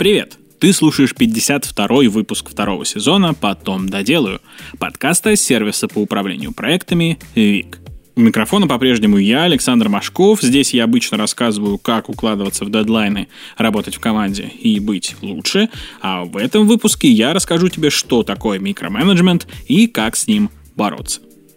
Привет! Ты слушаешь 52-й выпуск второго сезона «Потом доделаю» подкаста сервиса по управлению проектами «Вик». У микрофона по-прежнему я, Александр Машков. Здесь я обычно рассказываю, как укладываться в дедлайны, работать в команде и быть лучше. А в этом выпуске я расскажу тебе, что такое микроменеджмент и как с ним бороться.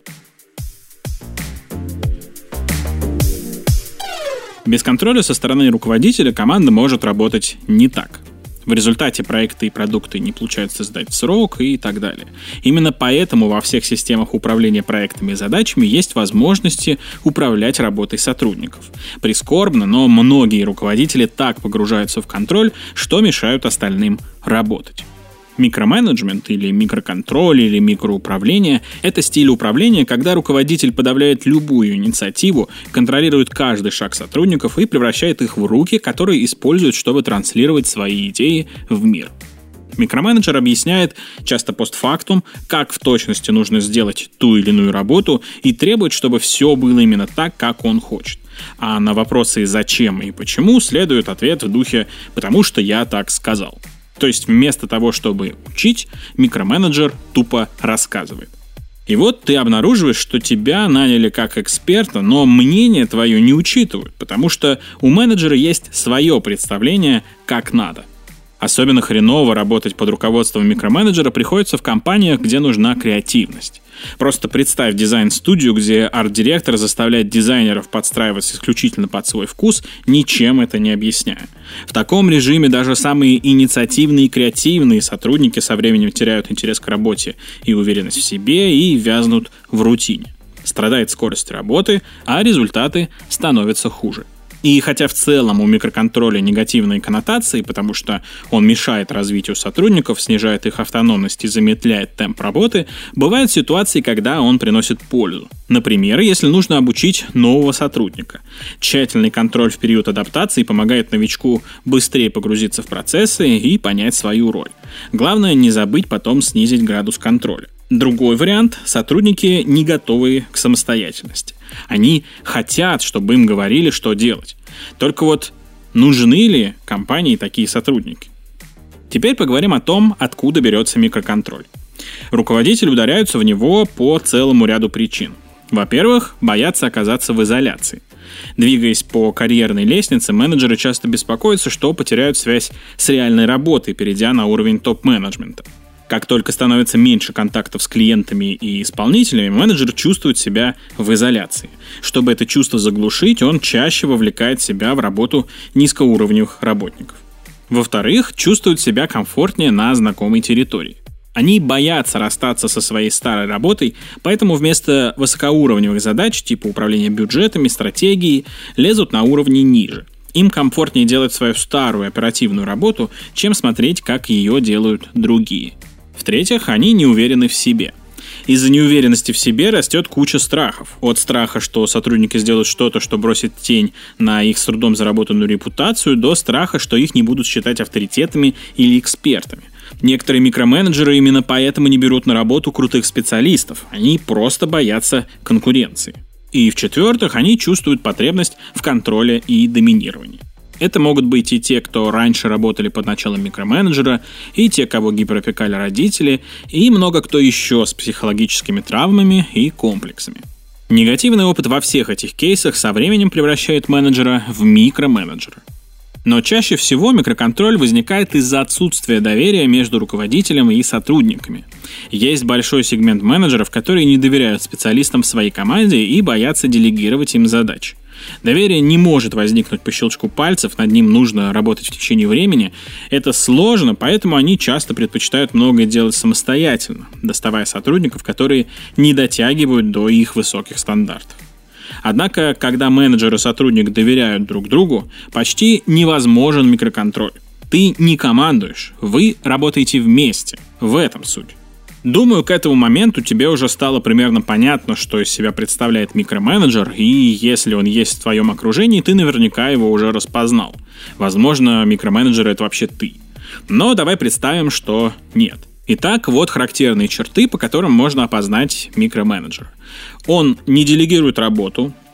Без контроля со стороны руководителя команда может работать не так. В результате проекты и продукты не получается сдать в срок и так далее. Именно поэтому во всех системах управления проектами и задачами есть возможности управлять работой сотрудников. Прискорбно, но многие руководители так погружаются в контроль, что мешают остальным работать. Микроменеджмент или микроконтроль или микроуправление – это стиль управления, когда руководитель подавляет любую инициативу, контролирует каждый шаг сотрудников и превращает их в руки, которые используют, чтобы транслировать свои идеи в мир. Микроменеджер объясняет, часто постфактум, как в точности нужно сделать ту или иную работу и требует, чтобы все было именно так, как он хочет. А на вопросы «зачем» и «почему» следует ответ в духе «потому что я так сказал». То есть вместо того, чтобы учить, микроменеджер тупо рассказывает. И вот ты обнаруживаешь, что тебя наняли как эксперта, но мнение твое не учитывают, потому что у менеджера есть свое представление, как надо. Особенно хреново работать под руководством микроменеджера приходится в компаниях, где нужна креативность. Просто представь дизайн-студию, где арт-директор заставляет дизайнеров подстраиваться исключительно под свой вкус, ничем это не объясняя. В таком режиме даже самые инициативные и креативные сотрудники со временем теряют интерес к работе и уверенность в себе и вязнут в рутине. Страдает скорость работы, а результаты становятся хуже. И хотя в целом у микроконтроля негативные коннотации, потому что он мешает развитию сотрудников, снижает их автономность и замедляет темп работы, бывают ситуации, когда он приносит пользу. Например, если нужно обучить нового сотрудника. Тщательный контроль в период адаптации помогает новичку быстрее погрузиться в процессы и понять свою роль. Главное не забыть потом снизить градус контроля. Другой вариант – сотрудники не готовы к самостоятельности. Они хотят, чтобы им говорили, что делать. Только вот нужны ли компании такие сотрудники? Теперь поговорим о том, откуда берется микроконтроль. Руководители ударяются в него по целому ряду причин. Во-первых, боятся оказаться в изоляции. Двигаясь по карьерной лестнице, менеджеры часто беспокоятся, что потеряют связь с реальной работой, перейдя на уровень топ-менеджмента. Как только становится меньше контактов с клиентами и исполнителями, менеджер чувствует себя в изоляции. Чтобы это чувство заглушить, он чаще вовлекает себя в работу низкоуровневых работников. Во-вторых, чувствует себя комфортнее на знакомой территории. Они боятся расстаться со своей старой работой, поэтому вместо высокоуровневых задач типа управления бюджетами, стратегией, лезут на уровни ниже. Им комфортнее делать свою старую оперативную работу, чем смотреть, как ее делают другие. В-третьих, они не уверены в себе. Из-за неуверенности в себе растет куча страхов. От страха, что сотрудники сделают что-то, что бросит тень на их с трудом заработанную репутацию, до страха, что их не будут считать авторитетами или экспертами. Некоторые микроменеджеры именно поэтому не берут на работу крутых специалистов. Они просто боятся конкуренции. И в-четвертых, они чувствуют потребность в контроле и доминировании. Это могут быть и те, кто раньше работали под началом микроменеджера, и те, кого гиперопекали родители, и много кто еще с психологическими травмами и комплексами. Негативный опыт во всех этих кейсах со временем превращает менеджера в микроменеджера. Но чаще всего микроконтроль возникает из-за отсутствия доверия между руководителем и сотрудниками. Есть большой сегмент менеджеров, которые не доверяют специалистам в своей команде и боятся делегировать им задачи. Доверие не может возникнуть по щелчку пальцев, над ним нужно работать в течение времени. Это сложно, поэтому они часто предпочитают многое делать самостоятельно, доставая сотрудников, которые не дотягивают до их высоких стандартов. Однако, когда менеджер и сотрудник доверяют друг другу, почти невозможен микроконтроль. Ты не командуешь, вы работаете вместе. В этом суть. Думаю, к этому моменту тебе уже стало примерно понятно, что из себя представляет микроменеджер, и если он есть в твоем окружении, ты наверняка его уже распознал. Возможно, микроменеджер — это вообще ты. Но давай представим, что нет. Итак, вот характерные черты, по которым можно опознать микроменеджера. Он не делегирует работу,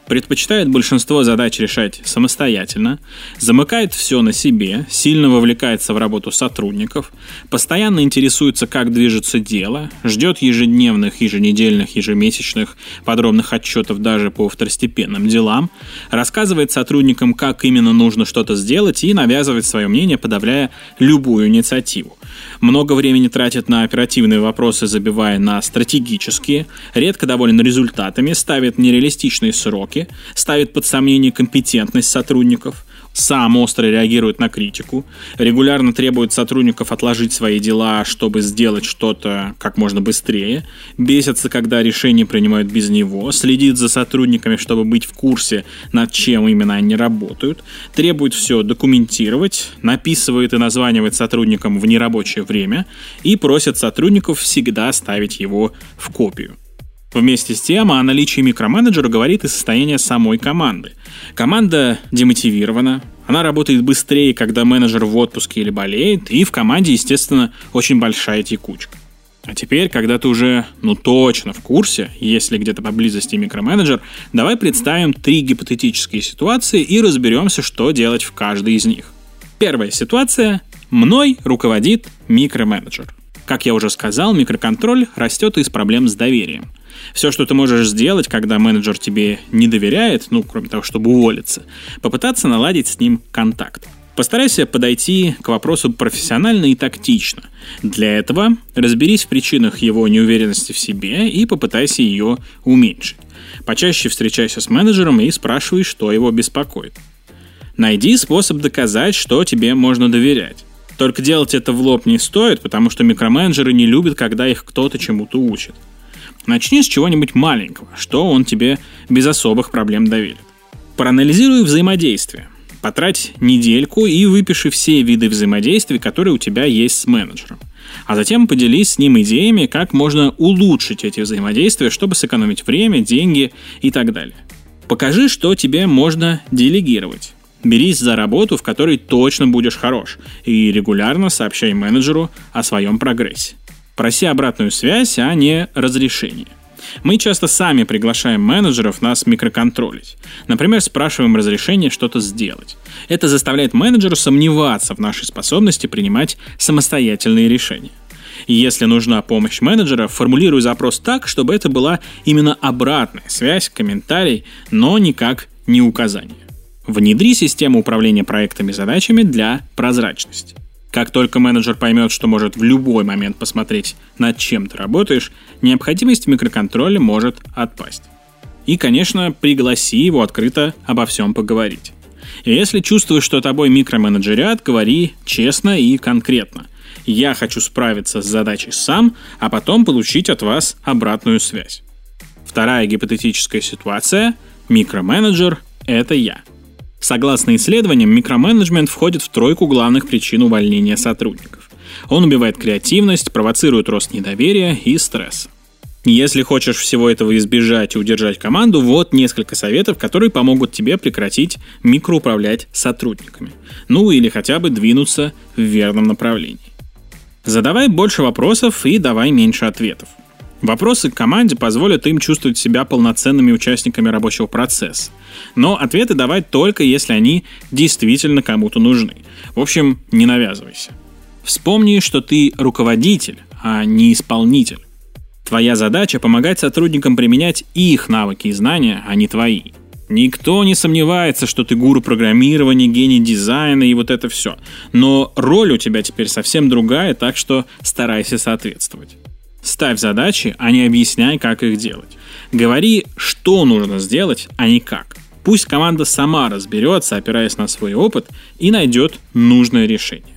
предпочитает большинство задач решать самостоятельно, замыкает все на себе, сильно вовлекается в работу сотрудников, постоянно интересуется, как движется дело, ждет ежедневных, еженедельных, ежемесячных подробных отчетов даже по второстепенным делам, рассказывает сотрудникам, как именно нужно что-то сделать и навязывает свое мнение, подавляя любую инициативу. Много времени тратит на оперативные вопросы, забивая на стратегические, редко доволен результатами, ставит нереалистичные сроки, ставит под сомнение компетентность сотрудников, сам остро реагирует на критику, регулярно требует сотрудников отложить свои дела, чтобы сделать что-то как можно быстрее, бесится, когда решения принимают без него, следит за сотрудниками, чтобы быть в курсе, над чем именно они работают, требует все документировать, написывает и названивает сотрудникам в нерабочее время и просит сотрудников всегда ставить его в копию. Вместе с тем о наличии микроменеджера говорит и состояние самой команды. Команда демотивирована, она работает быстрее, когда менеджер в отпуске или болеет, и в команде, естественно, очень большая текучка. А теперь, когда ты уже, точно в курсе, если где-то поблизости микроменеджер, давай представим 3 гипотетические ситуации и разберемся, что делать в каждой из них. Первая ситуация. Мной руководит микроменеджер. Как я уже сказал, микроконтроль растет из проблем с доверием. Все, что ты можешь сделать, когда менеджер тебе не доверяет, кроме того, чтобы уволиться, попытаться наладить с ним контакт. Постарайся подойти к вопросу профессионально и тактично. Для этого разберись в причинах его неуверенности в себе и попытайся ее уменьшить. Почаще встречайся с менеджером и спрашивай, что его беспокоит. Найди способ доказать, что тебе можно доверять. Только делать это в лоб не стоит, потому что микроменеджеры не любят, когда их кто-то чему-то учит. Начни с чего-нибудь маленького, что он тебе без особых проблем доверит. Проанализируй взаимодействие. Потрать недельку и выпиши все виды взаимодействий, которые у тебя есть с менеджером. А затем поделись с ним идеями, как можно улучшить эти взаимодействия, чтобы сэкономить время, деньги и так далее. Покажи, что тебе можно делегировать. Берись за работу, в которой точно будешь хорош, и регулярно сообщай менеджеру о своем прогрессе. Проси обратную связь, а не разрешение. Мы часто сами приглашаем менеджеров нас микроконтролить. Например, спрашиваем разрешение что-то сделать. Это заставляет менеджера сомневаться в нашей способности принимать самостоятельные решения. Если нужна помощь менеджера, формулируй запрос так, чтобы это была именно обратная связь, комментарий, но никак не указание. Внедри систему управления проектами и задачами для прозрачности. Как только менеджер поймет, что может в любой момент посмотреть, над чем ты работаешь, необходимость в микроконтроле может отпасть. И, конечно, пригласи его открыто обо всем поговорить. И если чувствуешь, что тобой микроменеджерят, говори честно и конкретно. Я хочу справиться с задачей сам, а потом получить от вас обратную связь. Вторая гипотетическая ситуация. Микроменеджер – это я. Согласно исследованиям, микроменеджмент входит в 3 главных причин увольнения сотрудников. Он убивает креативность, провоцирует рост недоверия и стресса. Если хочешь всего этого избежать и удержать команду, вот несколько советов, которые помогут тебе прекратить микроуправлять сотрудниками. Или хотя бы двинуться в верном направлении. Задавай больше вопросов и давай меньше ответов. Вопросы к команде позволят им чувствовать себя полноценными участниками рабочего процесса. Но ответы давать только если они действительно кому-то нужны. В общем, не навязывайся. Вспомни, что ты руководитель, а не исполнитель. Твоя задача – помогать сотрудникам применять их навыки и знания, а не твои. Никто не сомневается, что ты гуру программирования, гений дизайна и вот это все. Но роль у тебя теперь совсем другая, так что старайся соответствовать. Ставь задачи, а не объясняй, как их делать. Говори, что нужно сделать, а не как. Пусть команда сама разберется, опираясь на свой опыт, и найдет нужное решение.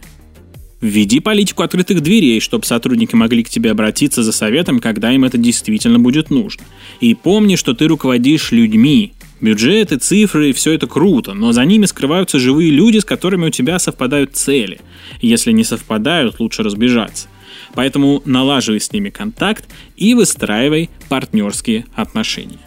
Введи политику открытых дверей, чтобы сотрудники могли к тебе обратиться за советом, когда им это действительно будет нужно. И помни, что ты руководишь людьми. Бюджеты, цифры – все это круто, но за ними скрываются живые люди, с которыми у тебя совпадают цели. Если не совпадают, лучше разбежаться. Поэтому налаживай с ними контакт и выстраивай партнерские отношения.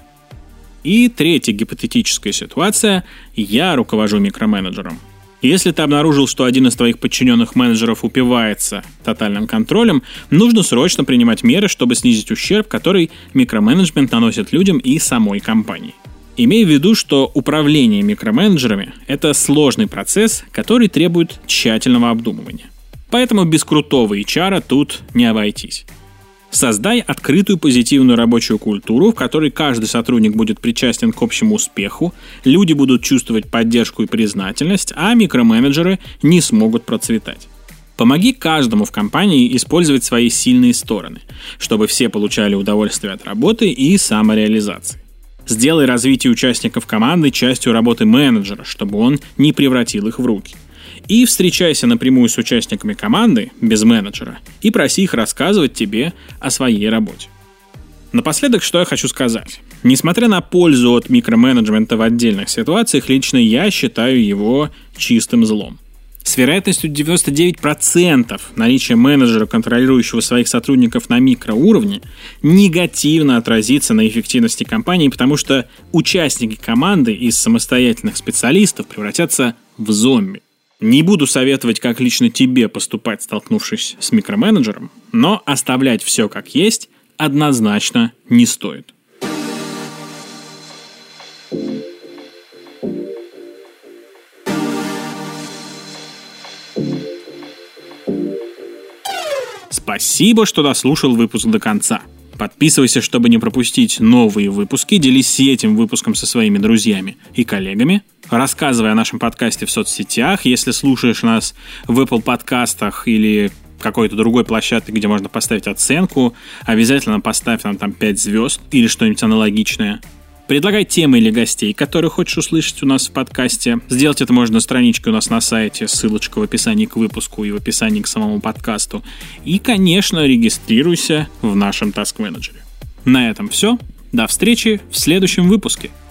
И третья гипотетическая ситуация – я руковожу микроменеджером. Если ты обнаружил, что один из твоих подчиненных менеджеров упивается тотальным контролем, нужно срочно принимать меры, чтобы снизить ущерб, который микроменеджмент наносит людям и самой компании. Имей в виду, что управление микроменеджерами – это сложный процесс, который требует тщательного обдумывания. Поэтому без крутого HR тут не обойтись. Создай открытую позитивную рабочую культуру, в которой каждый сотрудник будет причастен к общему успеху, люди будут чувствовать поддержку и признательность, а микроменеджеры не смогут процветать. Помоги каждому в компании использовать свои сильные стороны, чтобы все получали удовольствие от работы и самореализации. Сделай развитие участников команды частью работы менеджера, чтобы он не превратил их в руки. И встречайся напрямую с участниками команды, без менеджера, и проси их рассказывать тебе о своей работе. Напоследок, что я хочу сказать. Несмотря на пользу от микроменеджмента в отдельных ситуациях, лично я считаю его чистым злом. С вероятностью 99% наличие менеджера, контролирующего своих сотрудников на микроуровне, негативно отразится на эффективности компании, потому что участники команды из самостоятельных специалистов превратятся в зомби. Не буду советовать, как лично тебе поступать, столкнувшись с микроменеджером, но оставлять все как есть однозначно не стоит. Спасибо, что дослушал выпуск до конца. Подписывайся, чтобы не пропустить новые выпуски, делись этим выпуском со своими друзьями и коллегами. Рассказывай о нашем подкасте в соцсетях. Если слушаешь нас в Apple подкастах или какой-то другой площадке, где можно поставить оценку, обязательно поставь нам там 5 звезд или что-нибудь аналогичное. Предлагай темы или гостей, которые хочешь услышать у нас в подкасте. Сделать это можно на страничке у нас на сайте, ссылочка в описании к выпуску и в описании к самому подкасту. И, конечно, регистрируйся в нашем Task Manager. На этом все. До встречи в следующем выпуске.